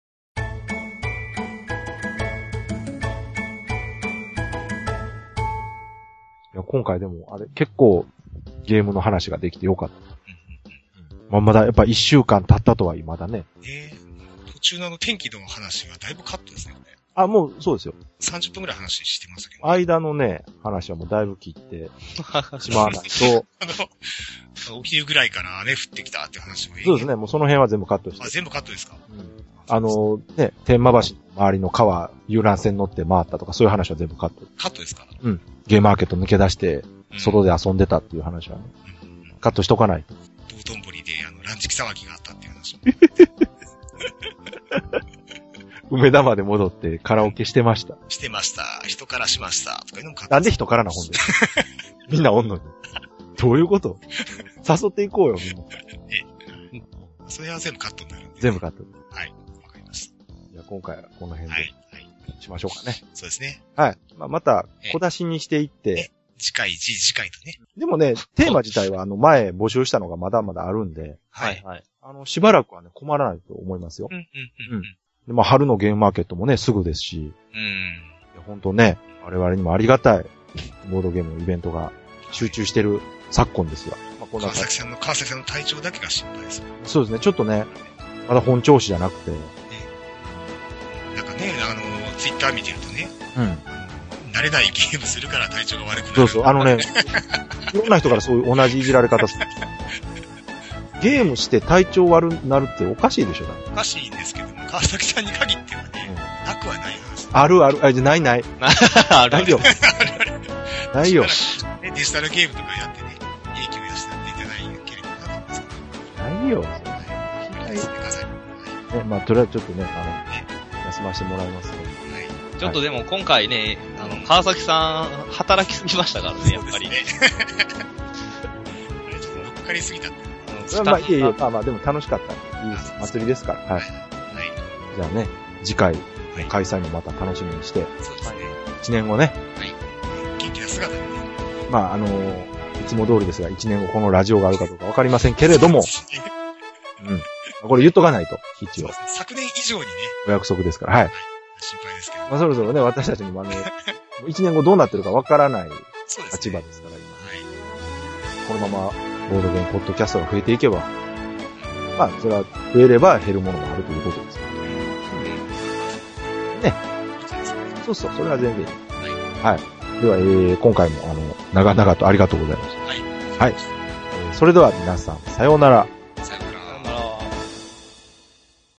S3: いや、今回でも、結構、ゲームの話ができてよかった。まだやっぱ1週間経ったとは未だね。
S4: 途中の天気の話がだいぶカットですね、これ。
S3: もう、そうですよ。
S4: 30分くらい話してましたけど、
S3: 間のね、話はもうだいぶ切ってしまわないと。
S4: お昼ぐらいから雨降ってきたっていう話も
S3: そうですね、もうその辺は全部カットして。
S4: 全部カットですか？
S3: ね、天満橋の周りの川、遊覧船乗って回ったとか、そういう話は全部カット。
S4: カットですか？
S3: うん。ゲームマーケット抜け出して、外で遊んでたっていう話はね、カットしとかないと。
S4: 道頓堀でランチキ騒ぎがあったっていう話。
S3: 梅田まで戻ってカラオケしてました。
S4: してました。人からしました。とかいうのもカット。
S3: なんで人からな本で。みんなおんのに。どういうこと？誘っていこうよ、みんな。
S4: それは全部カットになるんで。
S3: 全部カット。
S4: はい。わかりました。
S3: じゃあ今回はこの辺で。しましょうかね。
S4: そうですね。
S3: はい。また、小出しにしていって。
S4: 次回とね。
S3: でもね、テーマ自体は前募集したのがまだまだあるんで。
S2: はい。
S3: しばらくはね、困らないと思いますよ。で、春のゲームマーケットもね、すぐですし。本当ね、我々にもありがたい、ボードゲームのイベントが集中してる昨今ですが。
S4: 川崎さんの体調だけが心配です。
S3: そうですね、ちょっとね、まだ本調子じゃなくて。
S4: なんかね、ツイッター見てるとね。慣れないゲームするから体調が悪くなる。
S3: そう、いろんな人からそういう同じいじられ方する。ゲームして体調悪くなるっておかしいでしょ？
S4: おかしいんですけども、川崎さんに限ってはね、なくはない話。
S3: ある、じゃない。ないよ。ないよ。
S4: デジタルゲームとかやってね、影響をしていただければなと思うんですけど。
S3: ないよ。とりあえずちょっとね、休ませてもらいますね。
S2: ちょっとでも今回ね、川崎さん、働きすぎましたからね、やっぱり。
S4: ちょっと乗っかりすぎたって。
S3: いや、でも楽しかった。いいです。祭りですから。はい。じゃあね、次回、開催もまた楽しみにして。
S4: そうですね。
S3: 1年後ね。
S4: はい。元気な姿でね。
S3: いつも通りですが、1年後このラジオがあるかどうかわかりませんけれども。これ言っとかないと、一応。
S4: 昨年以上にね。
S3: お約束ですから、はい。
S4: 心配ですけど。
S3: そろそろね、私たちにも1年後どうなってるかわからない立場ですから、今。このまま、ボードゲームポッドキャストが増えていけば、それは増えれば減るものもあるということですね。そう、それは全然いい。はい。では、今回も、長々とありがとうございました。はい。それでは皆さん、さようなら。